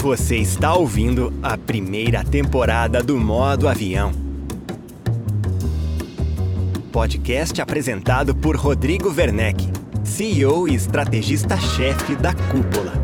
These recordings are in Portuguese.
Você está ouvindo a primeira temporada do Modo Avião. Podcast apresentado por Rodrigo Werneck, CEO e estrategista-chefe da Cúpula.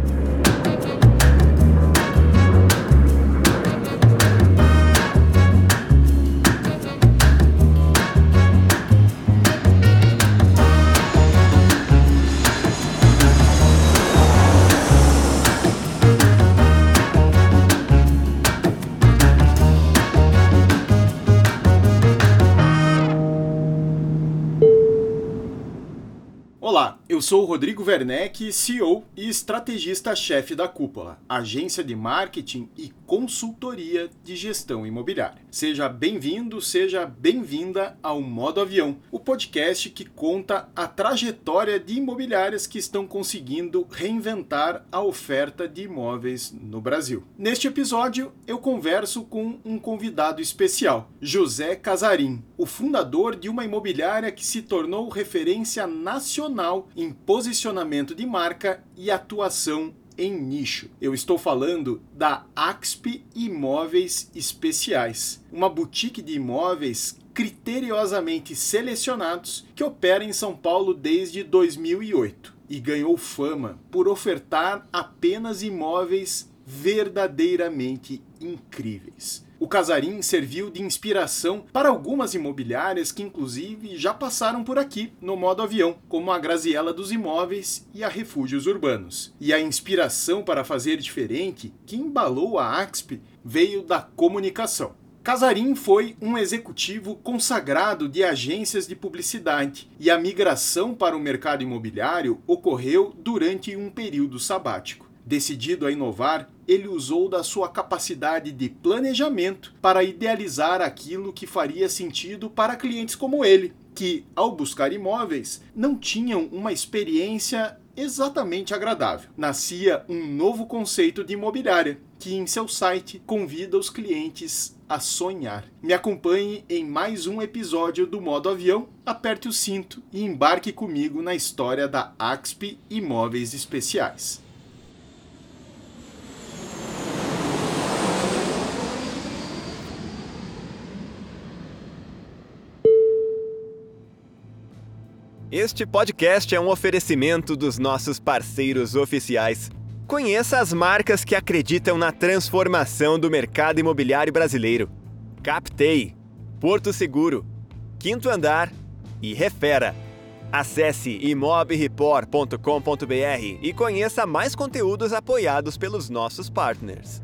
Olá, eu sou o Rodrigo Werneck, CEO e estrategista-chefe da Cúpula, agência de marketing e consultoria de gestão imobiliária. Seja bem-vindo, seja bem-vinda ao Modo Avião, o podcast que conta a trajetória de imobiliárias que estão conseguindo reinventar a oferta de imóveis no Brasil. Neste episódio, eu converso com um convidado especial, José Casarim, o fundador de uma imobiliária que se tornou referência nacional em posicionamento de marca e atuação em nicho. Eu estou falando da Axp Imóveis Especiais, uma boutique de imóveis criteriosamente selecionados que opera em São Paulo desde 2008 e ganhou fama por ofertar apenas imóveis verdadeiramente incríveis. O Casarim serviu de inspiração para algumas imobiliárias que inclusive já passaram por aqui no Modo Avião, como a Graziella dos Imóveis e a Refúgios Urbanos. E a inspiração para fazer diferente que embalou a Axp veio da comunicação. Casarim foi um executivo consagrado de agências de publicidade e a migração para o mercado imobiliário ocorreu durante um período sabático. Decidido a inovar, ele usou da sua capacidade de planejamento para idealizar aquilo que faria sentido para clientes como ele, que, ao buscar imóveis, não tinham uma experiência exatamente agradável. Nascia um novo conceito de imobiliária, que em seu site convida os clientes a sonhar. Me acompanhe em mais um episódio do Modo Avião, aperte o cinto e embarque comigo na história da Axp Imóveis Especiais. Este podcast é um oferecimento dos nossos parceiros oficiais. Conheça as marcas que acreditam na transformação do mercado imobiliário brasileiro. Captei, Porto Seguro, Quinto Andar e Refera. Acesse imobreport.com.br e conheça mais conteúdos apoiados pelos nossos partners.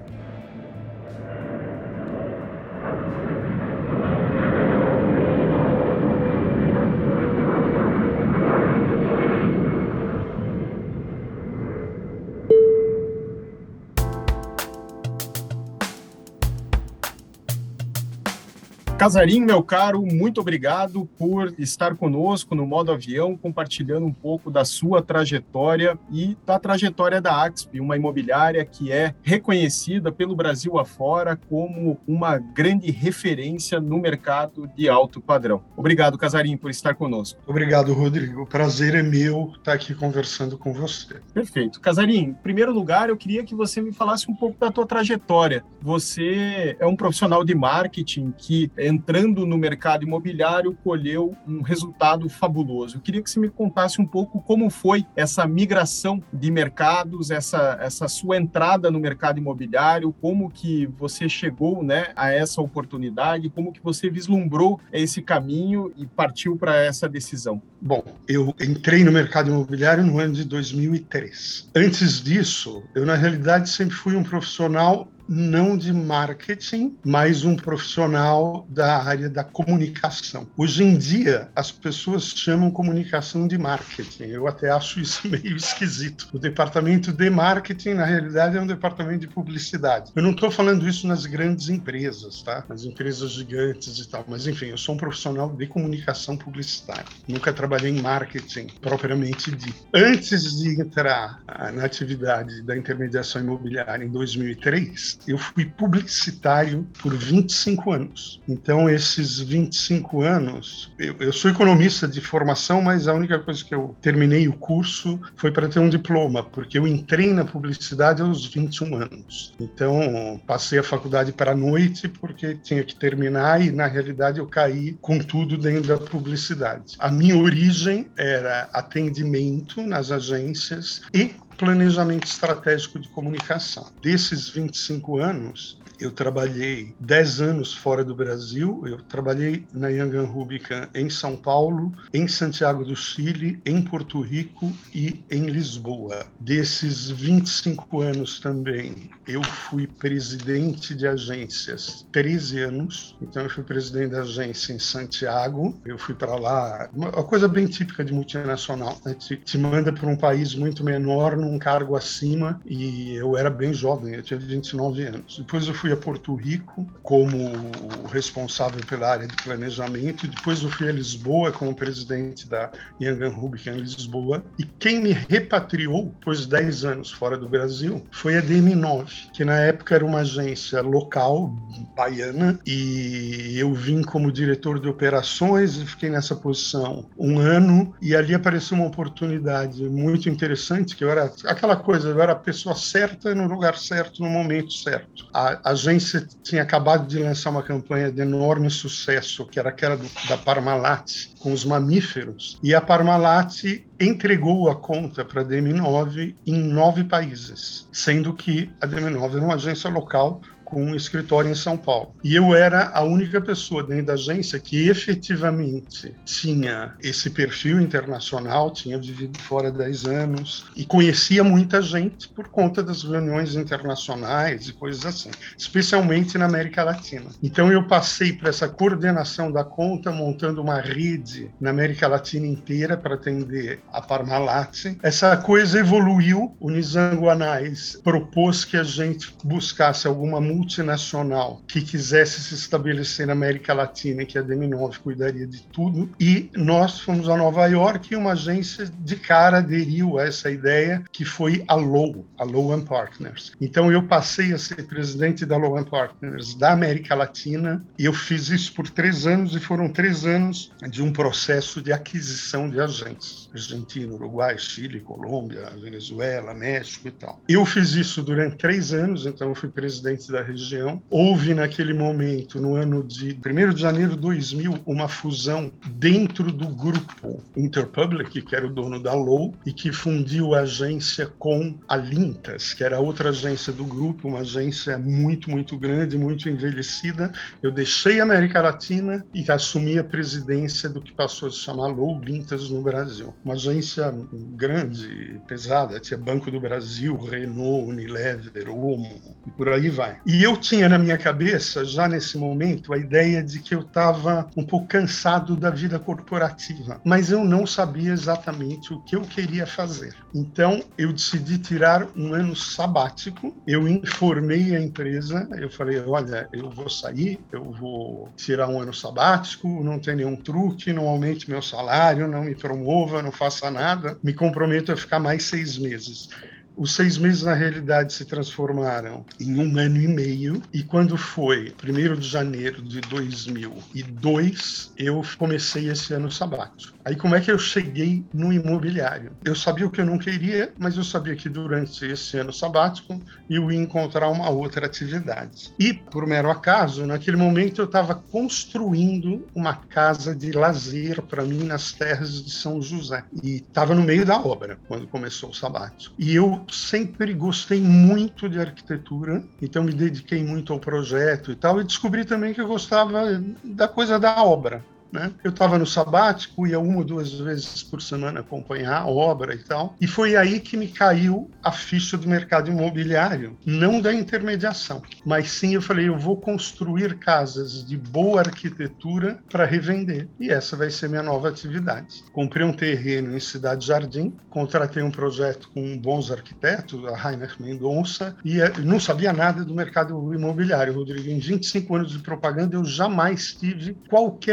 Casarim, meu caro, muito obrigado por estar conosco no Modo Avião, compartilhando um pouco da sua trajetória e da trajetória da Axp, uma imobiliária que é reconhecida pelo Brasil afora como uma grande referência no mercado de alto padrão. Obrigado, Casarim, por estar conosco. Obrigado, Rodrigo. O prazer é meu estar aqui conversando com você. Perfeito. Casarim, em primeiro lugar, eu queria que você me falasse um pouco da tua trajetória. Você é um profissional de marketing que, entrando no mercado imobiliário, colheu um resultado fabuloso. Eu queria que você me contasse um pouco como foi essa migração de mercados, essa sua entrada no mercado imobiliário, como que você chegou, a essa oportunidade, como que você vislumbrou esse caminho e partiu para essa decisão. Bom, eu entrei no mercado imobiliário no ano de 2003. Antes disso, eu na realidade sempre fui um profissional não de marketing, mas um profissional da área da comunicação. Hoje em dia, as pessoas chamam comunicação de marketing. Eu até acho isso meio esquisito. O departamento de marketing, na realidade, é um departamento de publicidade. Eu não estou falando isso nas grandes empresas, tá? Nas empresas gigantes e tal. Mas, enfim, eu sou um profissional de comunicação publicitária. Nunca trabalhei em marketing propriamente dito. Antes de entrar na atividade da intermediação imobiliária em 2003, eu fui publicitário por 25 anos. Então, esses 25 anos, eu sou economista de formação, mas a única coisa que eu terminei o curso foi para ter um diploma, porque eu entrei na publicidade aos 21 anos. Então, passei a faculdade para a noite, porque tinha que terminar e, na realidade, eu caí com tudo dentro da publicidade. A minha origem era atendimento nas agências e planejamento estratégico de comunicação. Desses 25 anos, eu trabalhei 10 anos fora do Brasil. Eu trabalhei na Young & Rubicam em São Paulo, em Santiago do Chile, em Porto Rico e em Lisboa. Desses 25 anos também, eu fui presidente de agências 13 anos. Então, eu fui presidente da agência em Santiago. Eu fui para lá, uma coisa bem típica de multinacional, né? Te manda para um país muito menor, num cargo acima, e eu era bem jovem, eu tinha 29 anos. Depois eu fui a Porto Rico como responsável pela área de planejamento, e depois eu fui a Lisboa como presidente da Young & Rubicam em Lisboa, e quem me repatriou depois de 10 anos fora do Brasil foi a DM9, que na época era uma agência local, baiana, e eu vim como diretor de operações e fiquei nessa posição um ano, e ali apareceu uma oportunidade muito interessante, que eu era aquela coisa, eu era a pessoa certa no lugar certo, no momento certo. A agência tinha acabado de lançar uma campanha de enorme sucesso, que era aquela da Parmalat, com os mamíferos, e a Parmalat entregou a conta para a DM9 em 9 países, sendo que a DM9 era uma agência local com um escritório em São Paulo. E eu era a única pessoa dentro da agência que efetivamente tinha esse perfil internacional, tinha vivido fora 10 anos e conhecia muita gente por conta das reuniões internacionais e coisas assim, especialmente na América Latina. Então eu passei para essa coordenação da conta, montando uma rede na América Latina inteira para atender a Parmalat. Essa coisa evoluiu, o Nizam Guanais propôs que a gente buscasse alguma multinacional que quisesse se estabelecer na América Latina e que a DM9 cuidaria de tudo. E nós fomos a Nova York e uma agência de cara aderiu a essa ideia, que foi a Lowe Partners. Então eu passei a ser presidente da Lowe Partners da América Latina e eu fiz isso por 3 anos e foram 3 anos de um processo de aquisição de agências. Argentina, Uruguai, Chile, Colômbia, Venezuela, México e tal. Eu fiz isso durante 3 anos, então eu fui presidente da região. Houve naquele momento, no ano de 1º de janeiro de 2000, uma fusão dentro do grupo Interpublic, que era o dono da Lowe, e que fundiu a agência com a Lintas, que era outra agência do grupo, uma agência muito, muito grande, muito envelhecida. Eu deixei a América Latina e assumi a presidência do que passou a se chamar Lowe Lintas no Brasil. Uma agência grande, pesada, tinha Banco do Brasil, Renault, Unilever, Omo, e por aí vai. E eu tinha na minha cabeça, já nesse momento, a ideia de que eu estava um pouco cansado da vida corporativa, mas eu não sabia exatamente o que eu queria fazer. Então, eu decidi tirar um ano sabático, eu informei a empresa, eu falei, olha, eu vou sair, eu vou tirar um ano sabático, não tem nenhum truque, não aumente meu salário, não me promova, não faça nada, me comprometo a ficar mais 6 meses. Os 6 meses, na realidade, se transformaram em 1 ano e meio, e quando foi 1º de janeiro de 2002, eu comecei esse ano sabático. Aí, como é que eu cheguei no imobiliário? Eu sabia o que eu não queria, mas eu sabia que durante esse ano sabático eu ia encontrar uma outra atividade. E, por mero acaso, naquele momento eu estava construindo uma casa de lazer para mim nas terras de São José. E estava no meio da obra, quando começou o sabático. E eu sempre gostei muito de arquitetura, então me dediquei muito ao projeto e tal, e descobri também que eu gostava da coisa da obra. né? Eu estava no sabático, ia 1 ou 2 vezes por semana acompanhar a obra e tal, e foi aí que me caiu a ficha do mercado imobiliário, não da intermediação, mas sim eu falei, eu vou construir casas de boa arquitetura para revender, e essa vai ser minha nova atividade. Comprei um terreno em Cidade Jardim, contratei um projeto com bons arquitetos, a Rainer Mendonça, e não sabia nada do mercado imobiliário, Rodrigo. Em 25 anos de propaganda, eu jamais tive qualquer cliente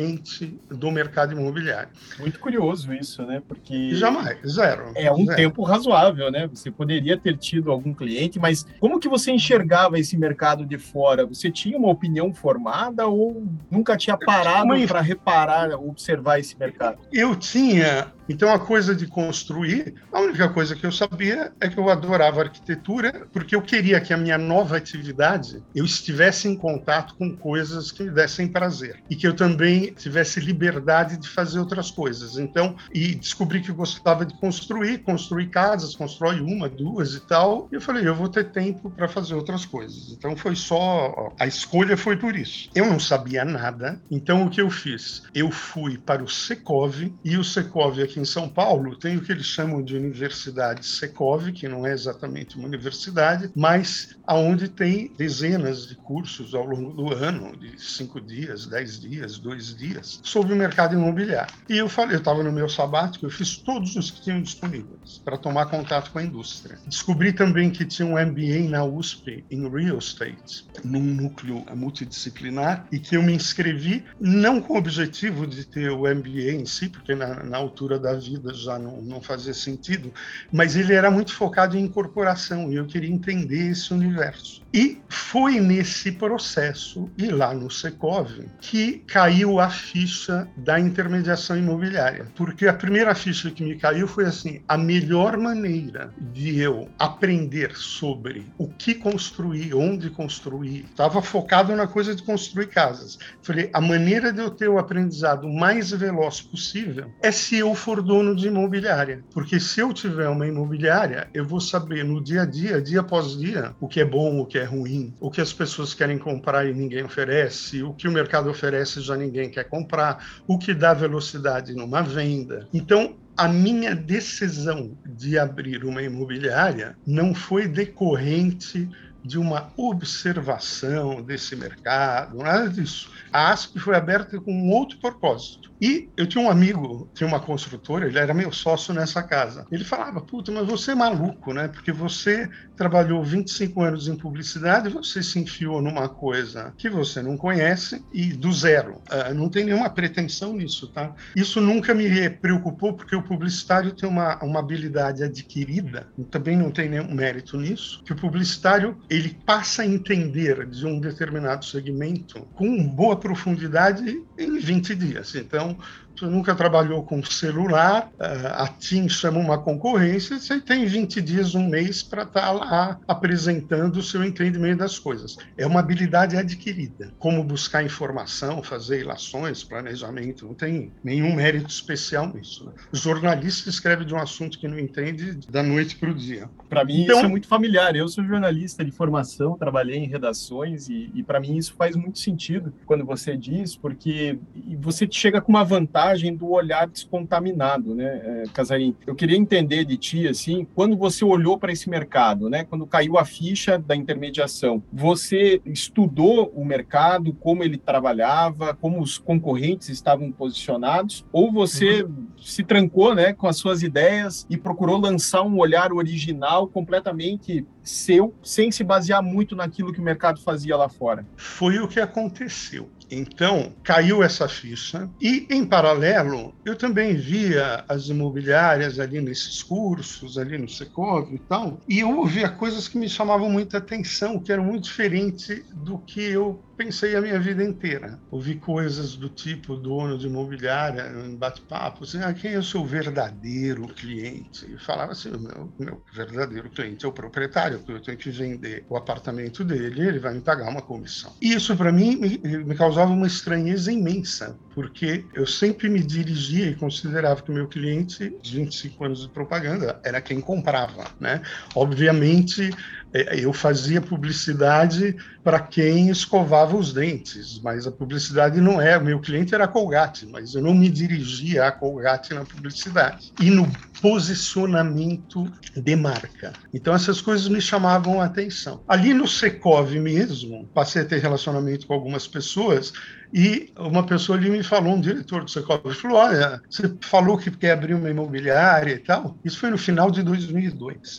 cliente do mercado imobiliário. Muito curioso isso, né? Porque jamais, zero. É um zero. tempo razoável, né? Você poderia ter tido algum cliente, mas como que você enxergava esse mercado de fora? Você tinha uma opinião formada ou nunca tinha parado para reparar, observar esse mercado? Eu tinha. Então, a coisa de construir, a única coisa que eu sabia é que eu adorava arquitetura, porque eu queria que a minha nova atividade eu estivesse em contato com coisas que me dessem prazer e que eu também tivesse liberdade de fazer outras coisas. Então, e descobri que eu gostava de construir casas, constrói uma, duas e tal. E eu falei, eu vou ter tempo para fazer outras coisas. Então, foi só. A escolha foi por isso. Eu não sabia nada, então o que eu fiz? Eu fui para o Secov, e o Secov aqui em São Paulo tem o que eles chamam de Universidade Secov, que não é exatamente uma universidade, mas aonde tem dezenas de cursos ao longo do ano, de 5 dias, 10 dias, 2 dias, sobre o mercado imobiliário. E eu falei, eu estava no meu sabático, eu fiz todos os que tinham disponíveis para tomar contato com a indústria. Descobri também que tinha um MBA na USP em Real Estate, num núcleo multidisciplinar, e que eu me inscrevi não com o objetivo de ter o MBA em si, porque na altura da vida já não fazia sentido, mas ele era muito focado em incorporação e eu queria entender esse universo. E foi nesse processo, e lá no Secov, que caiu a ficha da intermediação imobiliária. Porque a primeira ficha que me caiu foi assim, a melhor maneira de eu aprender sobre o que construir, onde construir, estava focado na coisa de construir casas. Falei, a maneira de eu ter o aprendizado mais veloz possível é se eu for dono de imobiliária. Porque se eu tiver uma imobiliária, eu vou saber no dia a dia, dia após dia, o que é bom, o que é ruim, o que as pessoas querem comprar e ninguém oferece, o que o mercado oferece e já ninguém quer comprar, o que dá velocidade numa venda. Então, a minha decisão de abrir uma imobiliária não foi decorrente de uma observação desse mercado, nada disso. A ASP foi aberta com um outro propósito. E eu tinha um amigo, tinha uma construtora, ele era meu sócio nessa casa. Ele falava, puta, mas você é maluco, né? Porque você trabalhou 25 anos em publicidade, você se enfiou numa coisa que você não conhece e do zero. Não tem nenhuma pretensão nisso, tá? Isso nunca me preocupou, porque o publicitário tem uma habilidade adquirida, também não tem nenhum mérito nisso, que o publicitário ele passa a entender de um determinado segmento com boa profundidade em 20 dias. Então, você nunca trabalhou com celular, a TIM chama uma concorrência, você tem 20 dias, um mês para estar lá apresentando o seu entendimento das coisas. É uma habilidade adquirida. Como buscar informação, fazer ilações, planejamento, não tem nenhum mérito especial nisso. Né? O jornalista escreve de um assunto que não entende da noite para o dia. Para mim, então, isso é muito familiar. Eu sou jornalista de formação, trabalhei em redações e para mim isso faz muito sentido quando você diz, porque você chega com uma vantagem do olhar descontaminado, né, Casarim? Eu queria entender de ti, assim, quando você olhou para esse mercado, né, quando caiu a ficha da intermediação, você estudou o mercado, como ele trabalhava, como os concorrentes estavam posicionados, ou você se trancou, né, com as suas ideias e procurou lançar um olhar original completamente seu, sem se basear muito naquilo que o mercado fazia lá fora? Foi o que aconteceu. Então, caiu essa ficha e, em paralelo, eu também via as imobiliárias ali nesses cursos, ali no Secov e tal, e eu ouvia coisas que me chamavam muita atenção, que eram muito diferentes do que eu pensei a minha vida inteira. Ouvi coisas do tipo dono de imobiliária, em bate-papo, assim, quem é o seu verdadeiro cliente? E falava assim, o meu verdadeiro cliente é o proprietário, porque eu tenho que vender o apartamento dele e ele vai me pagar uma comissão. E isso, para mim, me causava uma estranheza imensa, porque eu sempre me dirigia e considerava que o meu cliente, de 25 anos de propaganda, era quem comprava, né? Obviamente, eu fazia publicidade para quem escovava os dentes, mas a publicidade não é. O meu cliente era a Colgate, mas eu não me dirigia a Colgate na publicidade. E no posicionamento de marca. Então, essas coisas me chamavam a atenção. Ali no Secov mesmo, passei a ter relacionamento com algumas pessoas e uma pessoa ali me falou, um diretor do Secov, falou, olha, você falou que quer abrir uma imobiliária e tal. Isso foi no final de 2002.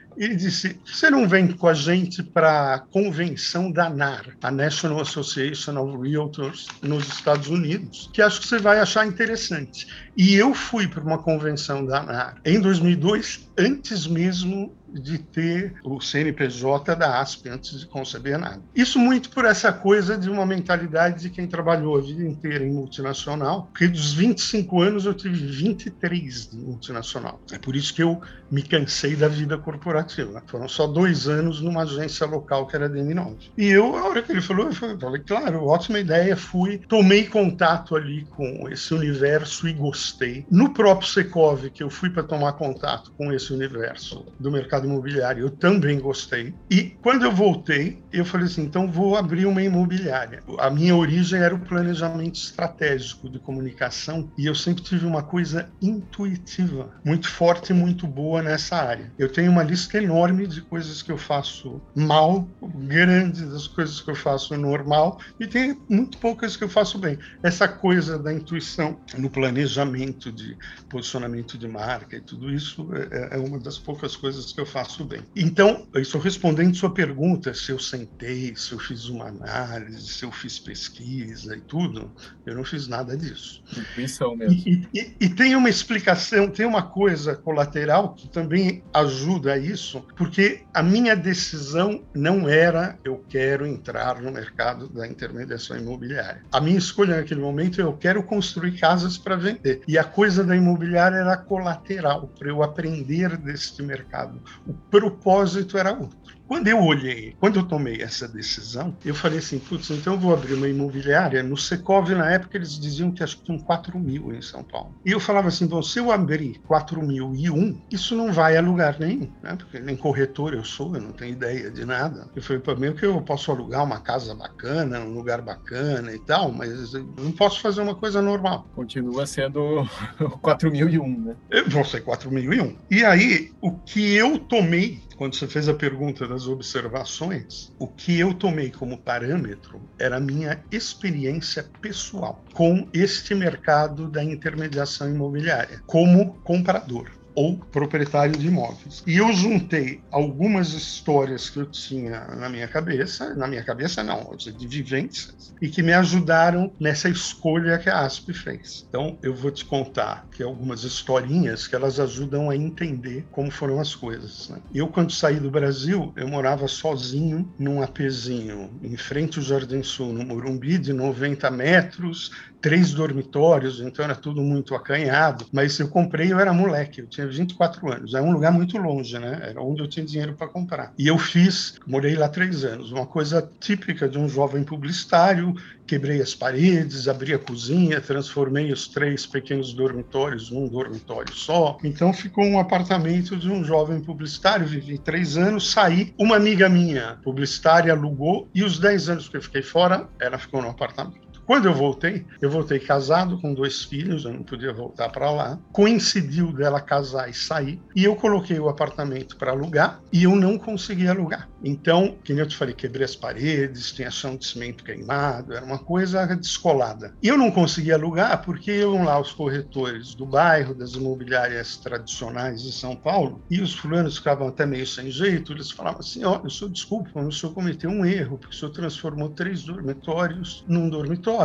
Ele disse, você não vem com a gente para a convenção da NAR, a National Association of Realtors, nos Estados Unidos, que acho que você vai achar interessante. E eu fui para uma convenção da NAR em 2002, antes mesmo de ter o CNPJ da ASP, antes de conceber nada. Isso muito por essa coisa de uma mentalidade de quem trabalhou a vida inteira em multinacional, porque dos 25 anos eu tive 23 de multinacional. É por isso que eu me cansei da vida corporativa. Foram só 2 anos numa agência local que era a DM9. E eu, a hora que ele falou, eu falei, claro, ótima ideia, fui, tomei contato ali com esse universo e gostei. No próprio Secov, que eu fui para tomar contato com esse universo do mercado imobiliário, eu também gostei. E quando eu voltei, eu falei assim, então vou abrir uma imobiliária. A minha origem era o planejamento estratégico de comunicação e eu sempre tive uma coisa intuitiva, muito forte e muito boa nessa área. Eu tenho uma lista enorme de coisas que eu faço mal, grande das coisas que eu faço normal, e tem muito poucas que eu faço bem. Essa coisa da intuição no planejamento de posicionamento de marca e tudo isso é uma das poucas coisas que eu faço bem. Então, eu estou respondendo sua pergunta, se eu sentei, se eu fiz uma análise, se eu fiz pesquisa e tudo, eu não fiz nada disso. Intuição mesmo. E tem uma explicação, tem uma coisa colateral que também ajuda a isso, porque a minha decisão não era eu quero entrar no mercado da intermediação imobiliária. A minha escolha naquele momento é eu quero construir casas para vender. E a coisa da imobiliária era colateral, para eu aprender deste mercado. O propósito era outro. Quando eu tomei essa decisão, eu falei assim, putz, então eu vou abrir uma imobiliária. No Secov, na época, eles diziam que acho que tinham 4.000 em São Paulo. E eu falava assim, bom, se eu abrir 4.001, isso não vai a lugar nenhum, né? Porque nem corretor eu não tenho ideia de nada. Eu falei, para mim, que eu posso alugar uma casa bacana, um lugar bacana e tal, mas eu não posso fazer uma coisa normal. Continua sendo 4.001, né? Vão ser 4.001. E aí, o que eu tomei, quando você fez a pergunta das observações, o que eu tomei como parâmetro era a minha experiência pessoal com este mercado da intermediação imobiliária, como comprador ou proprietário de imóveis. E eu juntei algumas histórias que eu tinha na minha cabeça não, de vivências, e que me ajudaram nessa escolha que a ASP fez. Então, eu vou te contar que algumas historinhas que elas ajudam a entender como foram as coisas, né? Eu, quando saí do Brasil, eu morava sozinho num apezinho em frente ao Jardim Sul, no Morumbi, de 90 metros, 3 dormitórios, então era tudo muito acanhado, mas eu comprei, eu era moleque, eu tinha 24 anos, é um lugar muito longe, né? Era onde eu tinha dinheiro para comprar. E eu morei lá 3 anos, uma coisa típica de um jovem publicitário, quebrei as paredes, abri a cozinha, transformei os 3 pequenos dormitórios num dormitório só, então ficou um apartamento de um jovem publicitário, vivi 3 anos, saí, uma amiga minha, publicitária, alugou, e os 10 anos que eu fiquei fora, ela ficou no apartamento. Quando eu voltei casado com 2 filhos, eu não podia voltar para lá. Coincidiu dela casar e sair, e eu coloquei o apartamento para alugar, e eu não consegui alugar. Então, que nem eu te falei, quebrei as paredes, tinha chão de cimento queimado, era uma coisa descolada. E eu não consegui alugar porque iam lá os corretores do bairro, das imobiliárias tradicionais de São Paulo, e os fulanos ficavam até meio sem jeito, eles falavam assim, olha, o senhor, desculpa, o senhor cometeu um erro, porque o senhor transformou 3 dormitórios num dormitório.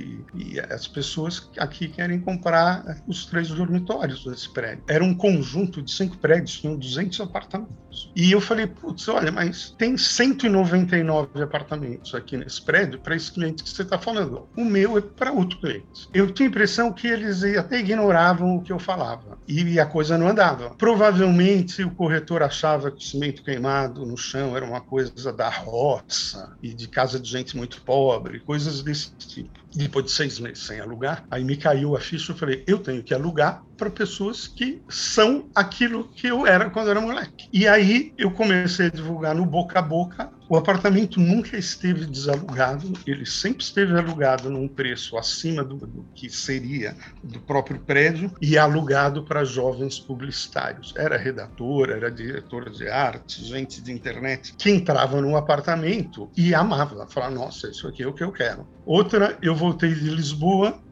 E as pessoas aqui querem comprar os 3 dormitórios desse prédio. Era um conjunto de 5 prédios, tinham 200 apartamentos. E eu falei, putz, olha, mas tem 199 apartamentos aqui nesse prédio para esse cliente que você está falando. O meu é para outro cliente. Eu tinha a impressão que eles até ignoravam o que eu falava. E a coisa não andava. Provavelmente o corretor achava que o cimento queimado no chão era uma coisa da roça e de casa de gente muito pobre, coisas desse tipo. Depois de 6 meses sem alugar, aí me caiu a ficha, eu falei, eu tenho que alugar para pessoas que são aquilo que eu era quando eu era moleque. E aí eu comecei a divulgar no boca a boca. O apartamento nunca esteve desalugado, ele sempre esteve alugado num preço acima do que seria do próprio prédio e alugado para jovens publicitários. Era redator, era diretor de arte, gente de internet que entrava no apartamento e amava, falava, nossa, isso aqui é o que eu quero. Outra, eu voltei de Lisboa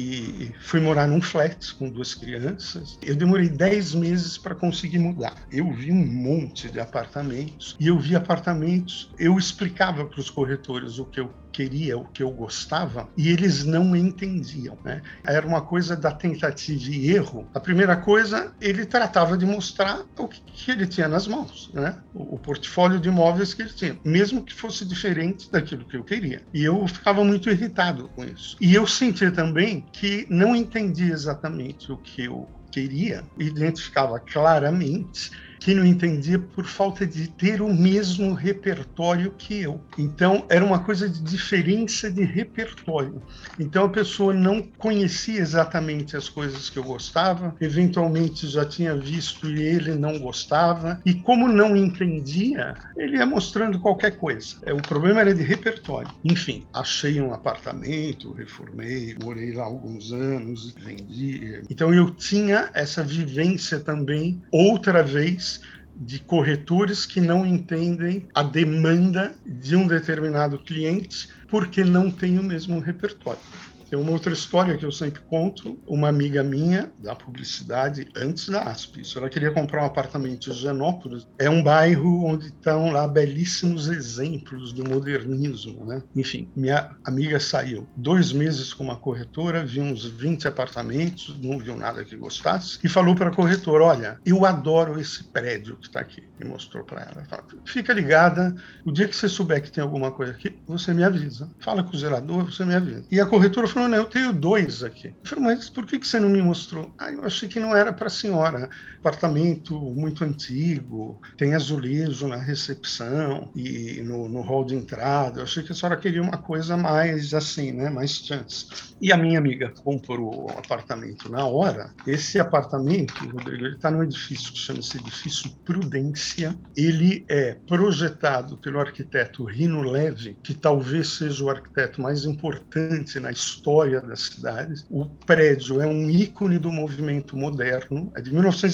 e fui morar num flat com 2 crianças. Eu demorei 10 meses para conseguir mudar. Eu vi um monte de apartamentos e eu vi apartamentos, eu explicava para os corretores o que eu queria, o que eu gostava, e eles não entendiam, né? Era uma coisa da tentativa e erro. A primeira coisa, ele tratava de mostrar o que ele tinha nas mãos, né? O portfólio de imóveis que ele tinha, mesmo que fosse diferente daquilo que eu queria. E eu ficava muito irritado com isso. E eu sentia também que não entendia exatamente o que eu queria, identificava claramente que não entendia por falta de ter o mesmo repertório que eu. Então, era uma coisa de diferença de repertório. Então, a pessoa não conhecia exatamente as coisas que eu gostava, eventualmente já tinha visto e ele não gostava, e como não entendia, ele ia mostrando qualquer coisa. O problema era de repertório. Enfim, achei um apartamento, reformei, morei lá alguns anos, vendi. Então, eu tinha essa vivência também, outra vez, de corretores que não entendem a demanda de um determinado cliente porque não tem o mesmo repertório. Tem uma outra história que eu sempre conto. Uma amiga minha, da publicidade, antes da ASP, ela queria comprar um apartamento em Higienópolis. É um bairro onde estão lá belíssimos exemplos do modernismo, né? Enfim, minha amiga saiu 2 meses com uma corretora, viu uns 20 apartamentos, não viu nada que gostasse, e falou para a corretora, olha, eu adoro esse prédio que está aqui. E mostrou para ela. Falou, fica ligada, o dia que você souber que tem alguma coisa aqui, você me avisa. Fala com o zelador, você me avisa. E a corretora falou, não, eu tenho 2 aqui. Eu falei, mas por que você não me mostrou? Eu achei que não era para a senhora. Apartamento muito antigo, tem azulejo na recepção e no hall de entrada. Eu achei que a senhora queria uma coisa mais assim, né, mais chance. E a minha amiga comprou o apartamento na hora. Esse apartamento, Rodrigo, ele está num edifício que chama-se Edifício Prudência. Ele é projetado pelo arquiteto Rino Levi, que talvez seja o arquiteto mais importante na história da cidade. O prédio é um ícone do movimento moderno, é de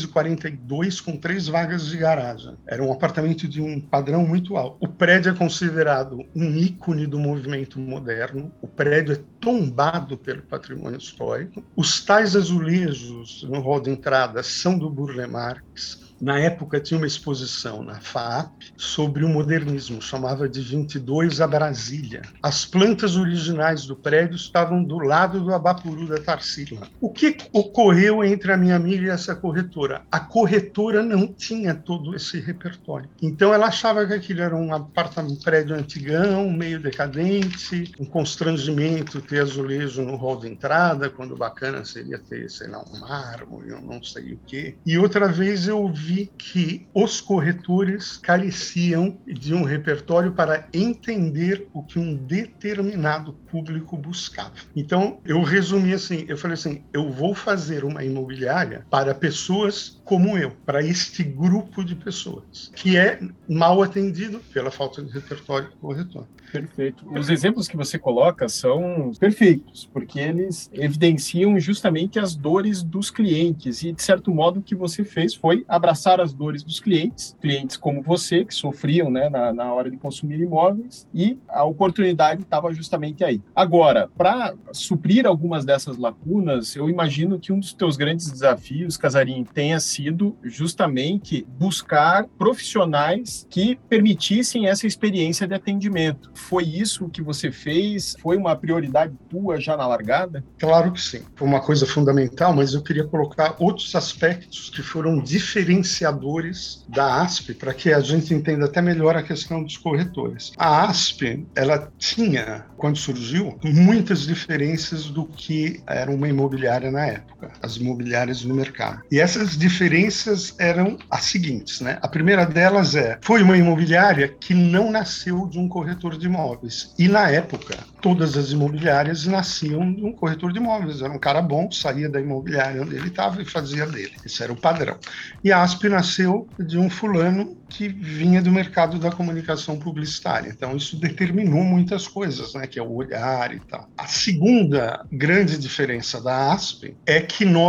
1942, com 3 vagas de garagem. Era um apartamento de um padrão muito alto. O prédio é considerado um ícone do movimento moderno. O prédio é tombado pelo patrimônio histórico. Os tais azulejos no hall de entrada são do Burle Marx. Na época, tinha uma exposição na FAAP sobre o modernismo, chamava de 22 a Brasília. As plantas originais do prédio estavam do lado do Abapuru da Tarsila. O que ocorreu entre a minha amiga e essa corretora? A corretora não tinha todo esse repertório. Então, ela achava que aquilo era um prédio antigão, meio decadente, um constrangimento ter azulejo no hall de entrada, quando bacana seria ter, sei lá, um mármore, eu não sei o quê. E outra vez eu vi que os corretores careciam de um repertório para entender o que um determinado público buscava. Então, eu resumi assim, eu falei assim, eu vou fazer uma imobiliária para pessoas como eu, para este grupo de pessoas, que é mal atendido pela falta de repertório do corretor. Perfeito. Os exemplos que você coloca são perfeitos, porque eles evidenciam justamente as dores dos clientes e, de certo modo, o que você fez foi abraçar as dores dos clientes como você, que sofriam, né, na hora de consumir imóveis, e a oportunidade estava justamente aí. Agora, para suprir algumas dessas lacunas, eu imagino que um dos teus grandes desafios, Casarim, tenha sido justamente buscar profissionais que permitissem essa experiência de atendimento. Foi isso que você fez? Foi uma prioridade tua já na largada? Claro que sim. Foi uma coisa fundamental, mas eu queria colocar outros aspectos que foram diferenciadores da ASP para que a gente entenda até melhor a questão dos corretores. A ASP, ela tinha, quando surgiu, muitas diferenças do que era uma imobiliária na época, as imobiliárias no mercado. E essas diferenças eram as seguintes, né? A primeira delas foi uma imobiliária que não nasceu de um corretor de imóveis. E, na época, todas as imobiliárias nasciam de um corretor de imóveis. Era um cara bom, saía da imobiliária onde ele estava e fazia dele. Esse era o padrão. E a ASP nasceu de um fulano que vinha do mercado da comunicação publicitária. Então, isso determinou muitas coisas, né? Que é o olhar e tal. A segunda grande diferença da ASP é que nós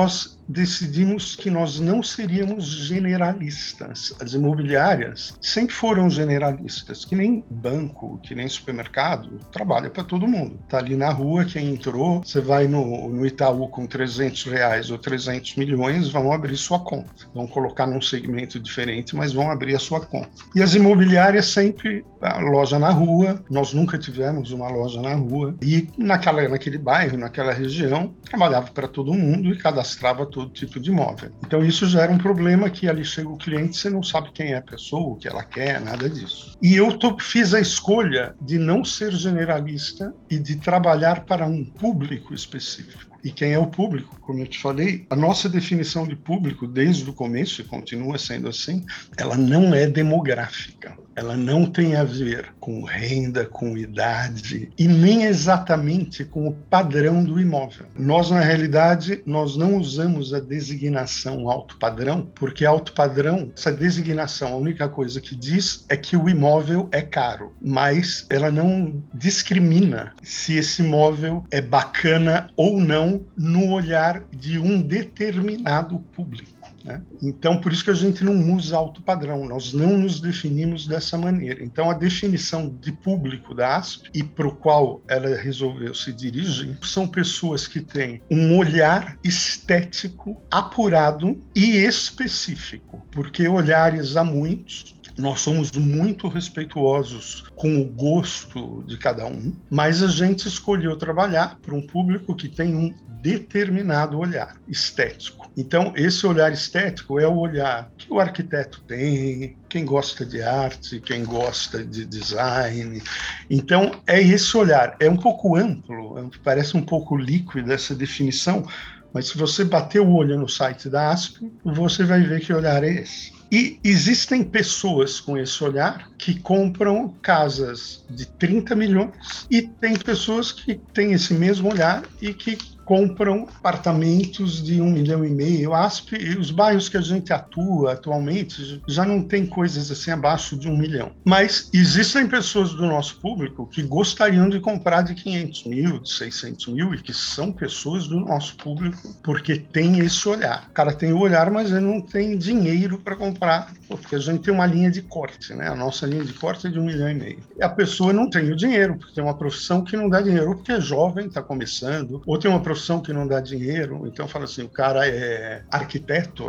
decidimos que nós não seríamos generalistas. As imobiliárias sempre foram generalistas, que nem banco, que nem supermercado, trabalha para todo mundo. Está ali na rua, quem entrou, você vai no Itaú com R$300 ou 300 milhões, vão abrir sua conta. Vão colocar num segmento diferente, mas vão abrir a sua conta. E as imobiliárias sempre, a loja na rua, nós nunca tivemos uma loja na rua, e naquele bairro, naquela região, trabalhava para todo mundo e cadastrava todo tipo de imóvel. Então isso já era um problema, que ali chega o cliente, você não sabe quem é a pessoa, o que ela quer, nada disso. E eu fiz a escolha de não ser generalista e de trabalhar para um público específico. E quem é o público? Como eu te falei, a nossa definição de público, desde o começo, e continua sendo assim, ela não é demográfica. Ela não tem a ver com renda, com idade, e nem exatamente com o padrão do imóvel. Nós, na realidade, nós não usamos a designação alto padrão, porque alto padrão, essa designação, a única coisa que diz é que o imóvel é caro, mas ela não discrimina se esse imóvel é bacana ou não no olhar de um determinado público. Então, por isso que a gente não usa alto padrão, nós não nos definimos dessa maneira. Então, a definição de público da ASP, e para o qual ela resolveu se dirigir, são pessoas que têm um olhar estético apurado e específico, porque olhares há muitos. Nós somos muito respeituosos com o gosto de cada um, mas a gente escolheu trabalhar para um público que tem um determinado olhar estético. Então, esse olhar estético é o olhar que o arquiteto tem, quem gosta de arte, quem gosta de design. Então, é esse olhar. É um pouco amplo, parece um pouco líquido essa definição, mas se você bater o olho no site da ASP, você vai ver que olhar é esse. E existem pessoas com esse olhar que compram casas de 30 milhões e tem pessoas que têm esse mesmo olhar e que compram apartamentos de 1,5 milhão. ASP, e os bairros que a gente atua atualmente já não tem coisas assim abaixo de 1 milhão. Mas existem pessoas do nosso público que gostariam de comprar de 500 mil, de 600 mil, e que são pessoas do nosso público porque tem esse olhar. O cara tem o olhar, mas ele não tem dinheiro para comprar, porque a gente tem uma linha de corte, né? A nossa linha de corte é de 1,5 milhão. E a pessoa não tem o dinheiro, porque tem uma profissão que não dá dinheiro, ou porque é jovem, está começando, ou tem uma profissão que não dá dinheiro. Então fala assim, o cara é arquiteto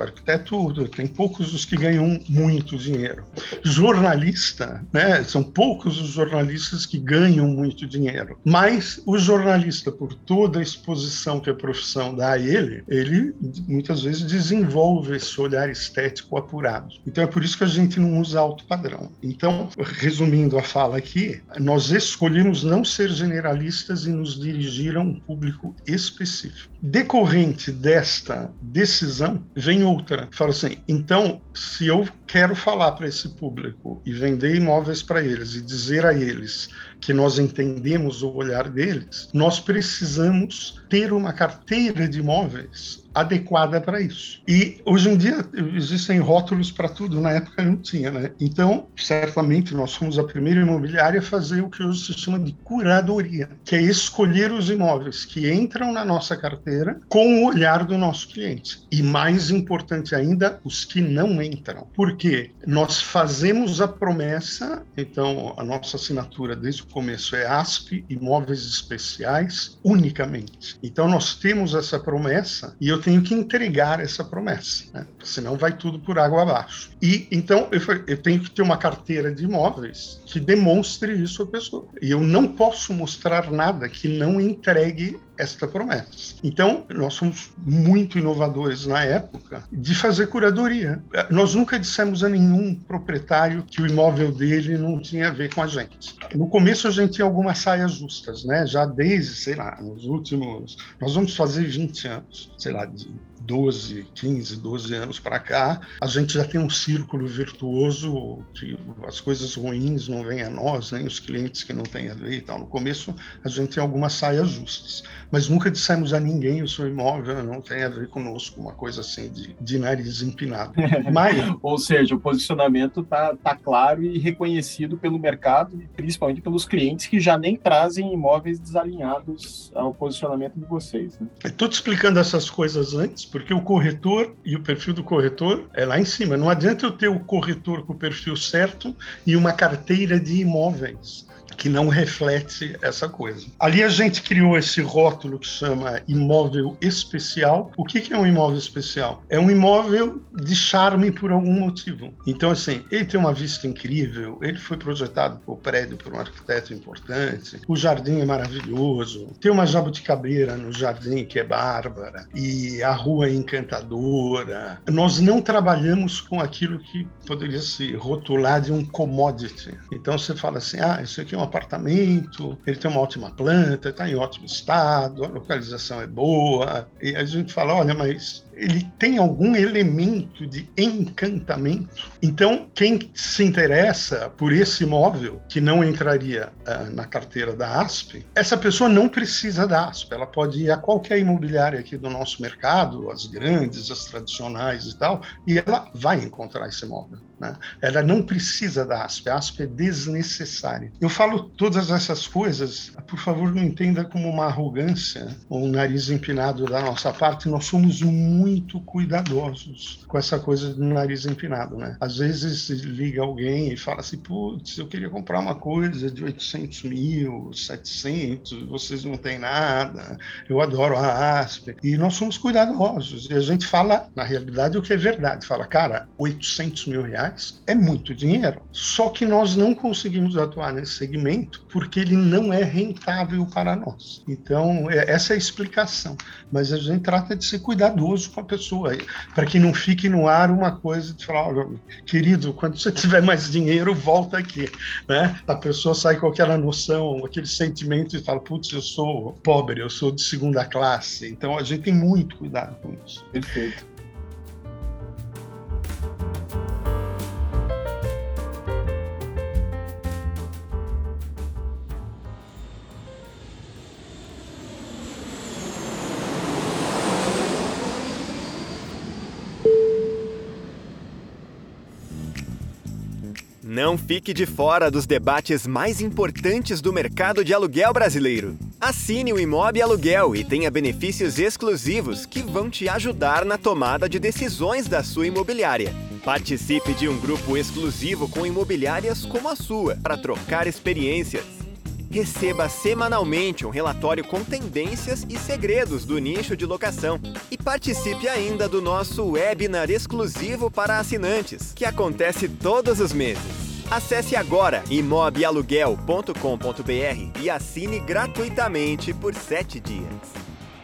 tem poucos os que ganham muito dinheiro. Jornalista, né? São poucos os jornalistas que ganham muito dinheiro. Mas o jornalista, por toda a exposição que a profissão dá a ele muitas vezes desenvolve esse olhar estético apurado. Então é por isso que a gente não usa alto padrão. Então, resumindo a fala aqui, nós escolhemos não ser generalistas e nos dirigir a um público específico. Decorrente desta decisão, vem outra. Fala assim, então, se eu quero falar para esse público e vender imóveis para eles e dizer a eles que nós entendemos o olhar deles, nós precisamos ter uma carteira de imóveis adequada para isso. E hoje em dia existem rótulos para tudo, na época não tinha, né? Então, certamente nós fomos a primeira imobiliária a fazer o que hoje se chama de curadoria, que é escolher os imóveis que entram na nossa carteira com o olhar do nosso cliente. E mais importante ainda, os que não entram. Porque nós fazemos a promessa, então a nossa assinatura desde o começo é ASP, Imóveis Especiais, unicamente. Então nós temos essa promessa e eu tenho que entregar essa promessa, né? Senão vai tudo por água abaixo. E então eu tenho que ter uma carteira de imóveis que demonstre isso à pessoa. E eu não posso mostrar nada que não entregue esta promessa. Então, nós fomos muito inovadores na época de fazer curadoria. Nós nunca dissemos a nenhum proprietário que o imóvel dele não tinha a ver com a gente. No começo a gente tinha algumas saias justas, né? Já desde, sei lá, nos últimos... Nós vamos fazer 20 anos, sei lá, de 12 anos para cá, a gente já tem um círculo virtuoso que as coisas ruins não vêm a nós, nem os clientes que não têm a ver e tal. No começo, a gente tem algumas saias justas, mas nunca dissemos a ninguém o seu imóvel não tem a ver conosco, uma coisa assim de nariz empinado. Mas... Ou seja, o posicionamento tá claro e reconhecido pelo mercado e principalmente pelos clientes que já nem trazem imóveis desalinhados ao posicionamento de vocês, né? Estou te explicando essas coisas antes, porque o corretor e o perfil do corretor é lá em cima. Não adianta eu ter o corretor com o perfil certo e uma carteira de imóveis que não reflete essa coisa. Ali a gente criou esse rótulo que chama imóvel especial. O que é um imóvel especial? É um imóvel de charme por algum motivo. Então, assim, ele tem uma vista incrível, ele foi projetado por prédio por um arquiteto importante, o jardim é maravilhoso, tem uma jabuticabeira no jardim que é bárbara, e a rua é encantadora. Nós não trabalhamos com aquilo que poderia se rotular de um commodity. Então, você fala assim, isso aqui é um apartamento, ele tem uma ótima planta, está em ótimo estado, a localização é boa, e a gente fala, olha, mas ele tem algum elemento de encantamento. Então, quem se interessa por esse imóvel, que não entraria na carteira da ASP, essa pessoa não precisa da ASP, ela pode ir a qualquer imobiliária aqui do nosso mercado, as grandes, as tradicionais e tal, e ela vai encontrar esse imóvel, né? Ela não precisa da ASP, a ASP é desnecessária. Eu falo todas essas coisas, por favor, não entenda como uma arrogância ou um nariz empinado da nossa parte. Nós somos muito cuidadosos com essa coisa do nariz empinado, né? Às vezes liga alguém e fala assim, putz, eu queria comprar uma coisa de 800 mil, 700, vocês não têm nada, eu adoro a ASP. E nós somos cuidadosos, e a gente fala, na realidade, o que é verdade. Fala, cara, 800 mil reais é muito dinheiro, só que nós não conseguimos atuar nesse segmento porque ele não é rentável para nós. Então, essa é a explicação. Mas a gente trata de ser cuidadoso com a pessoa, para que não fique no ar uma coisa de falar, querido, quando você tiver mais dinheiro, volta aqui, né? A pessoa sai com aquela noção, aquele sentimento e fala, putz, eu sou pobre, eu sou de segunda classe. Então, a gente tem muito cuidado com isso. Perfeito. Não fique de fora dos debates mais importantes do mercado de aluguel brasileiro. Assine o Imob Aluguel e tenha benefícios exclusivos que vão te ajudar na tomada de decisões da sua imobiliária. Participe de um grupo exclusivo com imobiliárias como a sua, para trocar experiências. Receba semanalmente um relatório com tendências e segredos do nicho de locação. E participe ainda do nosso webinar exclusivo para assinantes, que acontece todos os meses. Acesse agora imobaluguel.com.br e assine gratuitamente por 7 dias.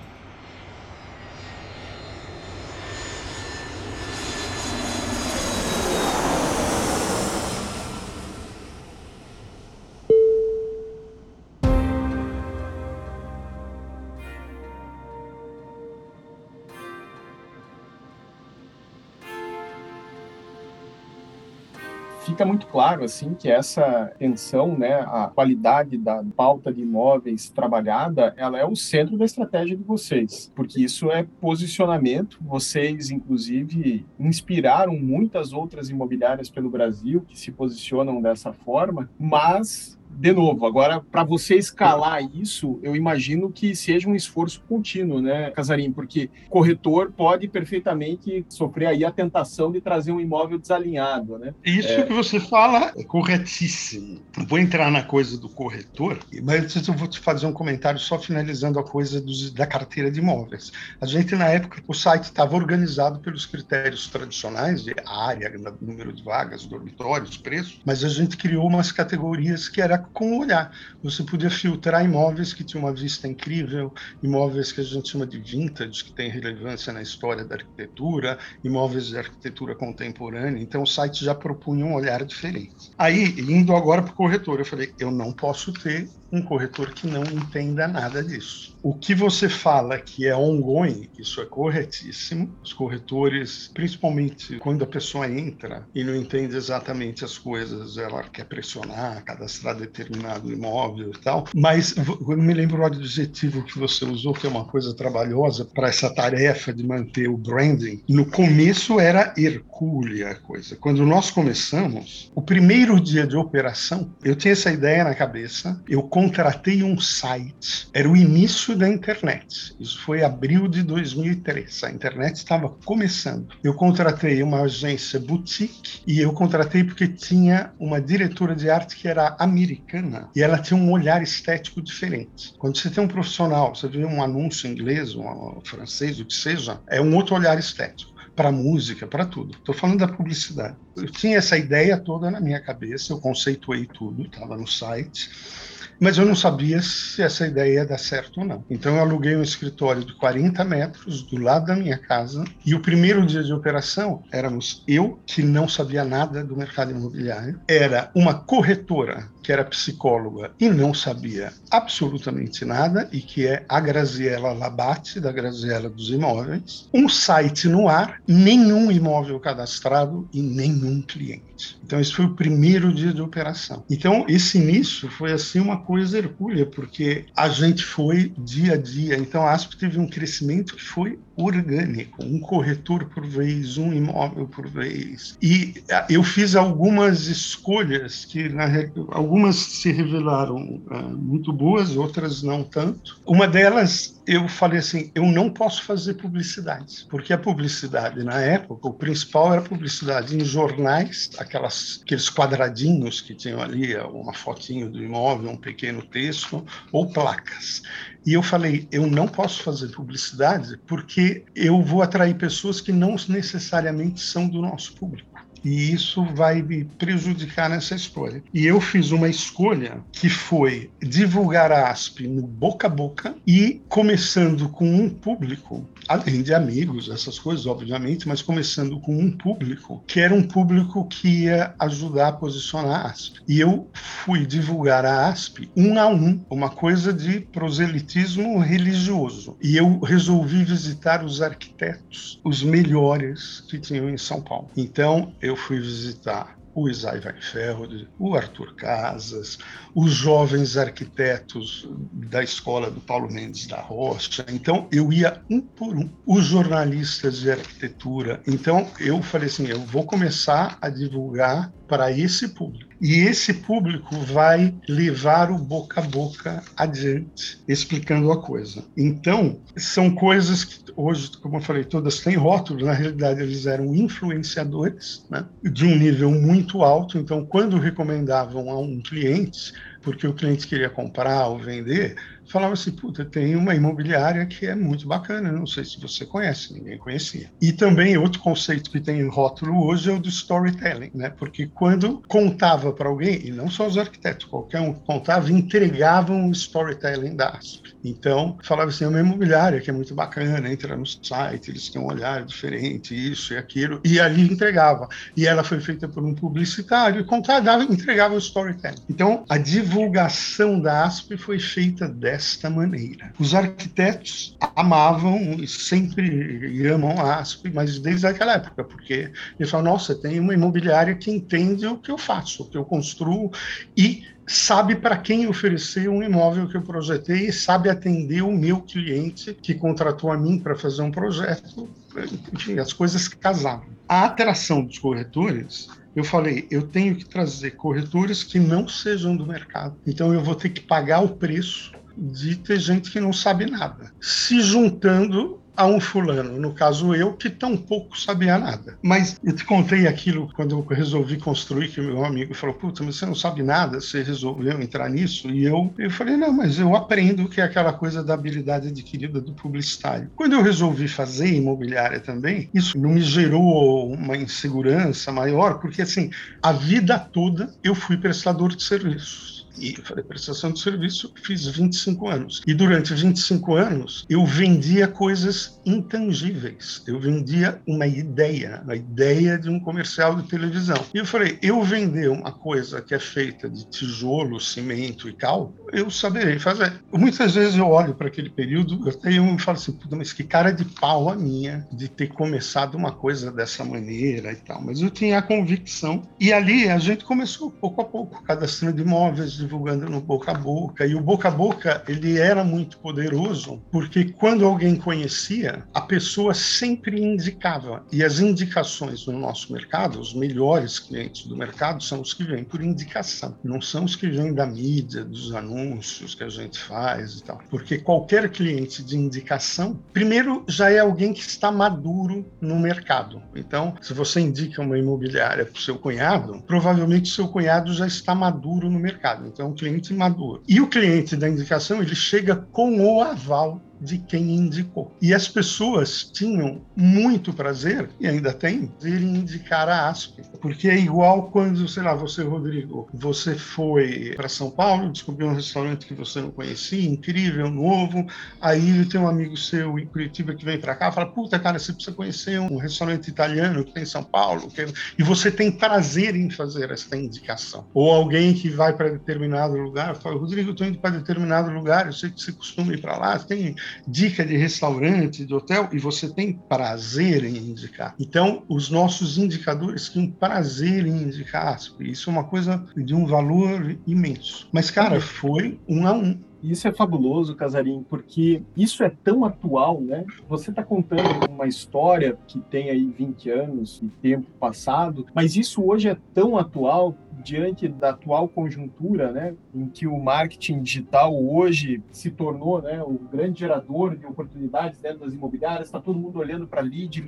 Fica muito claro assim que essa tensão, né, a qualidade da pauta de imóveis trabalhada, ela é o centro da estratégia de vocês, porque isso é posicionamento. Vocês, inclusive, inspiraram muitas outras imobiliárias pelo Brasil que se posicionam dessa forma, mas de novo, agora, para você escalar isso, eu imagino que seja um esforço contínuo, né, Casarim? Porque corretor pode perfeitamente sofrer aí a tentação de trazer um imóvel desalinhado, né? Isso que você fala é corretíssimo. Vou entrar na coisa do corretor, mas eu vou te fazer um comentário só finalizando a coisa da carteira de imóveis. A gente, na época, o site estava organizado pelos critérios tradicionais de área, número de vagas, dormitórios, preço, mas a gente criou umas categorias que era com o olhar. Você podia filtrar imóveis que tinham uma vista incrível, imóveis que a gente chama de vintage, que tem relevância na história da arquitetura, imóveis de arquitetura contemporânea. Então, o site já propunha um olhar diferente. Aí, indo agora para o corretor, eu falei, eu não posso ter um corretor que não entenda nada disso. O que você fala que é ongoing, isso é corretíssimo. Os corretores, principalmente quando a pessoa entra e não entende exatamente as coisas, ela quer pressionar, cadastrar determinado imóvel e tal, mas eu não me lembro o adjetivo que você usou, que é uma coisa trabalhosa para essa tarefa de manter o branding. No começo era hercúlea a coisa. Quando nós começamos, o primeiro dia de operação, eu tinha essa ideia na cabeça, eu contratei um site, era o início da internet, isso foi abril de 2003, a internet estava começando. Eu contratei uma agência boutique e eu contratei porque tinha uma diretora de arte que era americana e ela tinha um olhar estético diferente. Quando você tem um profissional, você vê um anúncio em inglês, um francês, o que seja, é um outro olhar estético. Para música, para tudo. Estou falando da publicidade. Eu tinha essa ideia toda na minha cabeça, eu conceituei tudo, estava no site, mas eu não sabia se essa ideia ia dar certo ou não. Então eu aluguei um escritório de 40 metros do lado da minha casa e o primeiro dia de operação éramos eu, que não sabia nada do mercado imobiliário, era uma corretora que era psicóloga e não sabia absolutamente nada, e que é a Graziella Labate, da Graziella dos Imóveis, um site no ar, nenhum imóvel cadastrado e nenhum cliente. Então, esse foi o primeiro dia de operação. Então, esse início foi, assim, uma coisa hercúlea, porque a gente foi dia a dia. Então, a ASP teve um crescimento que foi orgânico, um corretor por vez, um imóvel por vez. E eu fiz algumas escolhas que, algumas se revelaram muito boas, outras não tanto. Uma delas, eu falei assim, eu não posso fazer publicidade, porque a publicidade, na época, o principal era publicidade em jornais, aqueles quadradinhos que tinham ali, uma fotinho do imóvel, um pequeno texto, ou placas. E eu falei, eu não posso fazer publicidade porque eu vou atrair pessoas que não necessariamente são do nosso público. E isso vai me prejudicar nessa história. E eu fiz uma escolha que foi divulgar a ASP no boca a boca e começando com um público, além de amigos, essas coisas, obviamente, mas começando com um público que era um público que ia ajudar a posicionar a ASP. E eu fui divulgar a ASP um a um, uma coisa de proselitismo religioso. E eu resolvi visitar os arquitetos, os melhores que tinham em São Paulo. Então, eu fui visitar o Isai Weinfeld, o Arthur Casas, os jovens arquitetos da escola do Paulo Mendes da Rocha. Então, eu ia um por um. Os jornalistas de arquitetura. Então, eu falei assim, eu vou começar a divulgar para esse público. E esse público vai levar o boca a boca adiante, explicando a coisa. Então, são coisas que hoje, como eu falei, todas têm rótulo. Na realidade, eles eram influenciadores, né, de um nível muito alto. Então, quando recomendavam a um cliente, porque o cliente queria comprar ou vender, falava assim, puta, tem uma imobiliária que é muito bacana, não sei se você conhece, ninguém conhecia. E também outro conceito que tem em rótulo hoje é o do storytelling, né? Porque quando contava para alguém, e não só os arquitetos, qualquer um que contava, entregavam o storytelling da ASP. Então, falava assim, é uma imobiliária que é muito bacana, entra no site, eles têm um olhar diferente, isso e aquilo, e ali entregava. E ela foi feita por um publicitário, e contava, entregava o storytelling. Então, a divulgação da ASP foi feita desta maneira. Os arquitetos amavam e sempre amam a ASP, mas desde aquela época, porque eles falam, nossa, tem uma imobiliária que entende o que eu faço, o que eu construo e sabe para quem oferecer um imóvel que eu projetei e sabe atender o meu cliente que contratou a mim para fazer um projeto. Enfim, as coisas casavam. A atração dos corretores, eu falei, eu tenho que trazer corretores que não sejam do mercado. Então eu vou ter que pagar o preço de ter gente que não sabe nada, se juntando a um fulano, no caso eu, que tampouco sabia nada. Mas eu te contei aquilo quando eu resolvi construir, que o meu amigo falou, puta, mas você não sabe nada, você resolveu entrar nisso? E eu falei, não, mas eu aprendo que é aquela coisa da habilidade adquirida do publicitário. Quando eu resolvi fazer imobiliária também, isso não me gerou uma insegurança maior, porque assim, a vida toda eu fui prestador de serviços. E eu falei, prestação de serviço, fiz 25 anos. E durante 25 anos, eu vendia coisas intangíveis. Eu vendia uma ideia, a ideia de um comercial de televisão. E eu falei, eu vender uma coisa que é feita de tijolo, cimento e cal, eu saberei fazer. Muitas vezes eu olho para aquele período, eu falo assim, puta, mas que cara de pau a minha de ter começado uma coisa dessa maneira e tal. Mas eu tinha a convicção. E ali a gente começou pouco a pouco, cadastrando imóveis, divulgando no boca a boca, e o boca a boca ele era muito poderoso, porque quando alguém conhecia, a pessoa sempre indicava, e as indicações no nosso mercado, os melhores clientes do mercado são os que vêm por indicação, não são os que vêm da mídia, dos anúncios que a gente faz e tal, porque qualquer cliente de indicação, primeiro já é alguém que está maduro no mercado. Então, se você indica uma imobiliária para o seu cunhado, provavelmente o seu cunhado já está maduro no mercado, então é um cliente maduro. E o cliente da indicação, ele chega com o aval de quem indicou. E as pessoas tinham muito prazer, e ainda tem, em indicar a ASP. Porque é igual quando, sei lá, você, Rodrigo, você foi para São Paulo, descobriu um restaurante que você não conhecia, incrível, novo, aí tem um amigo seu em Curitiba que vem para cá e fala, puta, cara, você precisa conhecer um restaurante italiano que tem em São Paulo, e você tem prazer em fazer essa indicação. Ou alguém que vai para determinado lugar, fala, Rodrigo, eu estou indo para determinado lugar, eu sei que você costuma ir para lá, tem dica de restaurante, de hotel, e você tem prazer em indicar. Então, os nossos indicadores tinham prazer em indicar ASP. Isso é uma coisa de um valor imenso. Mas, cara, foi 1 a 1. Isso é fabuloso, Casarim, porque isso é tão atual, né? Você está contando uma história que tem aí 20 anos de tempo passado, mas isso hoje é tão atual diante da atual conjuntura, né, em que o marketing digital hoje se tornou, né, o grande gerador de oportunidades dentro das imobiliárias, está todo mundo olhando para lead,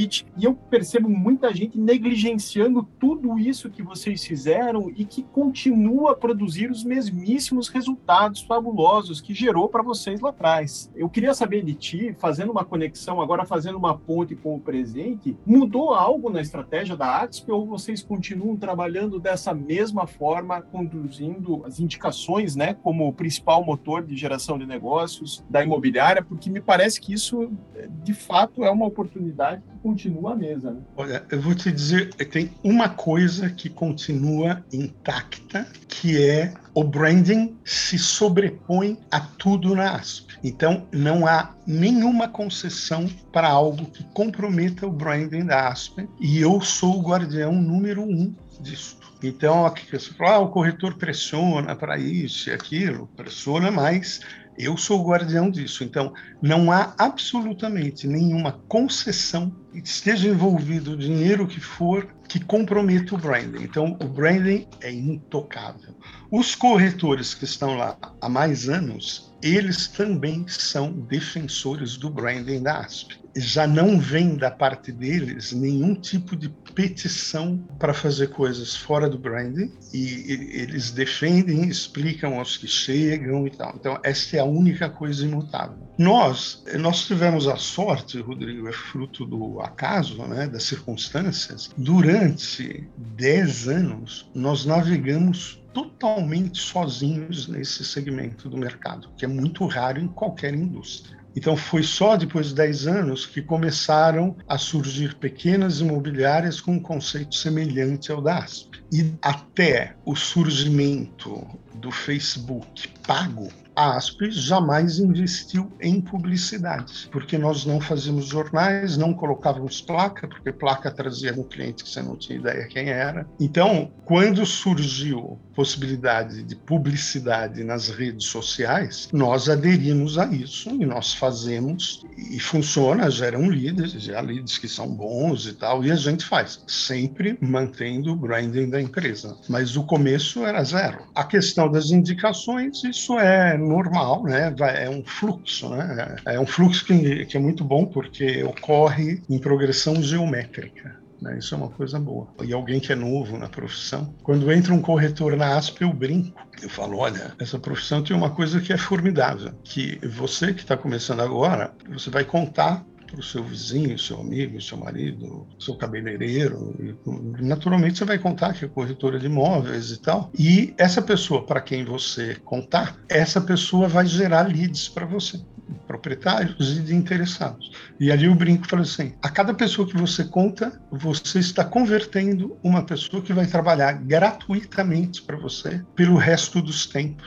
e eu percebo muita gente negligenciando tudo isso que vocês fizeram e que continua a produzir os mesmíssimos resultados fabulosos que gerou para vocês lá atrás. Eu queria saber de ti, fazendo uma conexão, agora fazendo uma ponte com o presente, mudou algo na estratégia da AXP ou vocês continuam trabalhando dessa mesma forma, conduzindo as indicações, né, como o principal motor de geração de negócios da imobiliária, porque me parece que isso, de fato, é uma oportunidade que continua à mesa, né? Olha, eu vou te dizer, tem uma coisa que continua intacta, que é o branding se sobrepõe a tudo na ASP. Então, não há nenhuma concessão para algo que comprometa o branding da ASP, e eu sou o guardião número 1 disso. Então, aqui você fala, o corretor pressiona para isso e aquilo, pressiona, mas eu sou o guardião disso. Então, não há absolutamente nenhuma concessão, esteja envolvido o dinheiro que for, que comprometa o branding. Então, o branding é intocável. Os corretores que estão lá há mais anos, eles também são defensores do branding da ASP. Já não vem da parte deles nenhum tipo de petição para fazer coisas fora do branding, e eles defendem, explicam aos que chegam e tal. Então, essa é a única coisa imutável. Nós tivemos a sorte, Rodrigo, é fruto do acaso, né, das circunstâncias. Durante 10 anos, nós navegamos totalmente sozinhos nesse segmento do mercado, que é muito raro em qualquer indústria. Então, foi só depois de 10 anos que começaram a surgir pequenas imobiliárias com um conceito semelhante ao da ASP. E até o surgimento do Facebook pago, a ASP jamais investiu em publicidade, porque nós não fazíamos jornais, não colocávamos placa, porque placa trazia um cliente que você não tinha ideia quem era. Então, quando surgiu a possibilidade de publicidade nas redes sociais, nós aderimos a isso e nós fazemos, e funciona, geram leads, já leads que são bons e tal, e a gente faz, sempre mantendo o branding da empresa. Mas o começo era zero. A questão das indicações, isso é normal, né? É um fluxo, né? É um fluxo que é muito bom porque ocorre em progressão geométrica, né? Isso é uma coisa boa. E alguém que é novo na profissão, quando entra um corretor na ASP, eu brinco. Eu falo, olha, essa profissão tem uma coisa que é formidável, que você que está começando agora, você vai contar para o seu vizinho, seu amigo, seu marido, seu cabeleireiro, e naturalmente você vai contar que é corretora de imóveis e tal, e essa pessoa para quem você contar, essa pessoa vai gerar leads para você, proprietários e de interessados. E ali eu brinco e falo assim, a cada pessoa que você conta, você está convertendo uma pessoa que vai trabalhar gratuitamente para você pelo resto dos tempos,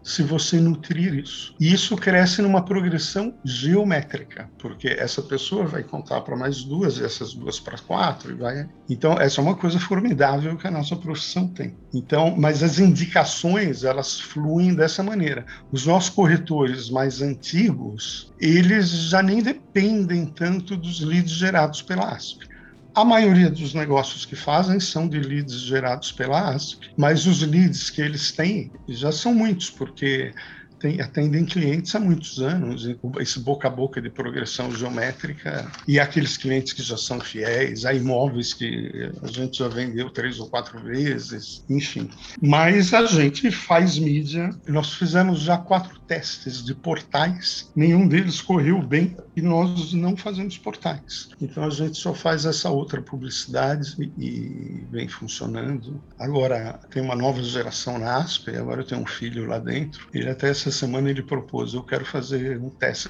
se você nutrir isso. E isso cresce numa progressão geométrica, porque essa pessoa vai contar para mais 2, e essas 2 para 4, e vai. Então, essa é uma coisa formidável que a nossa profissão tem. Então, mas as indicações, elas fluem dessa maneira. Os nossos corretores mais antigos, eles já nem dependem tanto dos leads gerados pela ASP. A maioria dos negócios que fazem são de leads gerados pela ASP, mas os leads que eles têm já são muitos, porque atendem clientes há muitos anos, esse boca a boca de progressão geométrica, e aqueles clientes que já são fiéis, há imóveis que a gente já vendeu 3 ou 4 vezes, enfim. Mas a gente faz mídia, nós fizemos já 4 testes de portais, nenhum deles correu bem e nós não fazemos portais. Então a gente só faz essa outra publicidade e vem funcionando. Agora tem uma nova geração na ASP, agora eu tenho um filho lá dentro, ele até essa semana ele propôs, eu quero fazer um teste,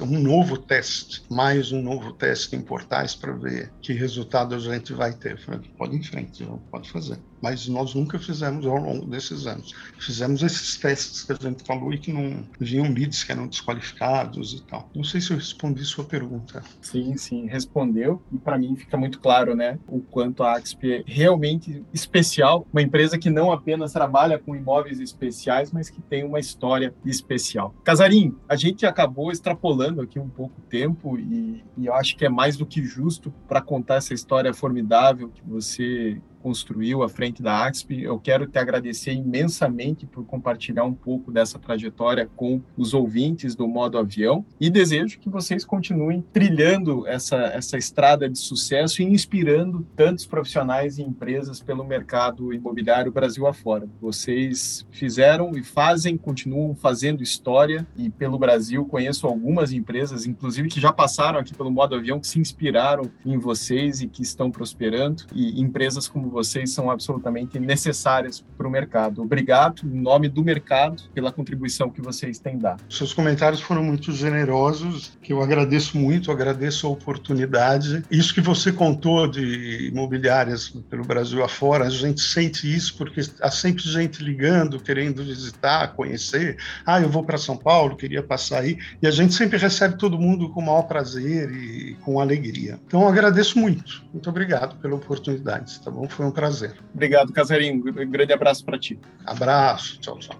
mais um novo teste em portais para ver que resultado a gente vai ter. Eu falei, pode ir em frente, pode fazer. Mas nós nunca fizemos ao longo desses anos. Fizemos esses testes que a gente falou e que não vinham leads que eram desqualificados e tal. Não sei se eu respondi sua pergunta. Sim, respondeu. E para mim fica muito claro, né, o quanto a AXP é realmente especial. Uma empresa que não apenas trabalha com imóveis especiais, mas que tem uma história especial. Casarim, a gente acabou extrapolando aqui um pouco o tempo e eu acho que é mais do que justo para contar essa história formidável que você construiu à frente da AXP. Eu quero te agradecer imensamente por compartilhar um pouco dessa trajetória com os ouvintes do Modo Avião e desejo que vocês continuem trilhando essa estrada de sucesso e inspirando tantos profissionais e empresas pelo mercado imobiliário Brasil afora. Vocês fizeram e fazem, continuam fazendo história e pelo Brasil conheço algumas empresas, inclusive que já passaram aqui pelo Modo Avião, que se inspiraram em vocês e que estão prosperando, e empresas como vocês são absolutamente necessárias para o mercado. Obrigado, em nome do mercado, pela contribuição que vocês têm dado. Seus comentários foram muito generosos, que eu agradeço muito, agradeço a oportunidade. Isso que você contou de imobiliárias pelo Brasil afora, a gente sente isso porque há sempre gente ligando, querendo visitar, conhecer. Eu vou para São Paulo, queria passar aí. E a gente sempre recebe todo mundo com o maior prazer e com alegria. Então, eu agradeço muito. Muito obrigado pela oportunidade, tá bom? Foi um prazer. Obrigado, Casarim. Um grande abraço para ti. Abraço. Tchau, tchau.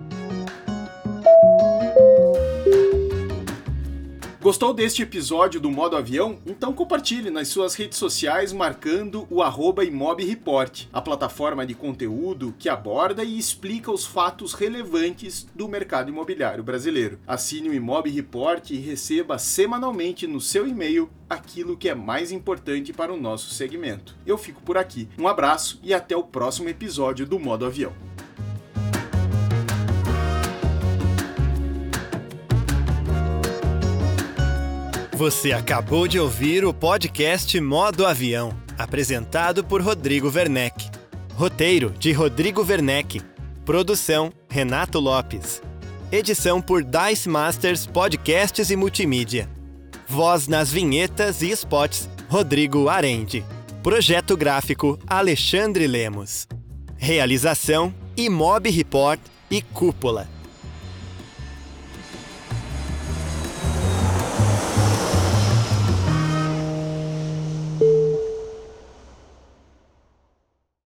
Gostou deste episódio do Modo Avião? Então compartilhe nas suas redes sociais marcando o @ImobReport, a plataforma de conteúdo que aborda e explica os fatos relevantes do mercado imobiliário brasileiro. Assine o Imob Report e receba semanalmente no seu e-mail aquilo que é mais importante para o nosso segmento. Eu fico por aqui. Um abraço e até o próximo episódio do Modo Avião. Você acabou de ouvir o podcast Modo Avião, apresentado por Rodrigo Werneck. Roteiro de Rodrigo Werneck. Produção Renato Lopes. Edição por Dice Masters Podcasts e Multimídia. Voz nas vinhetas e spots Rodrigo Arendi. Projeto gráfico Alexandre Lemos. Realização Imob Report e Cúpula.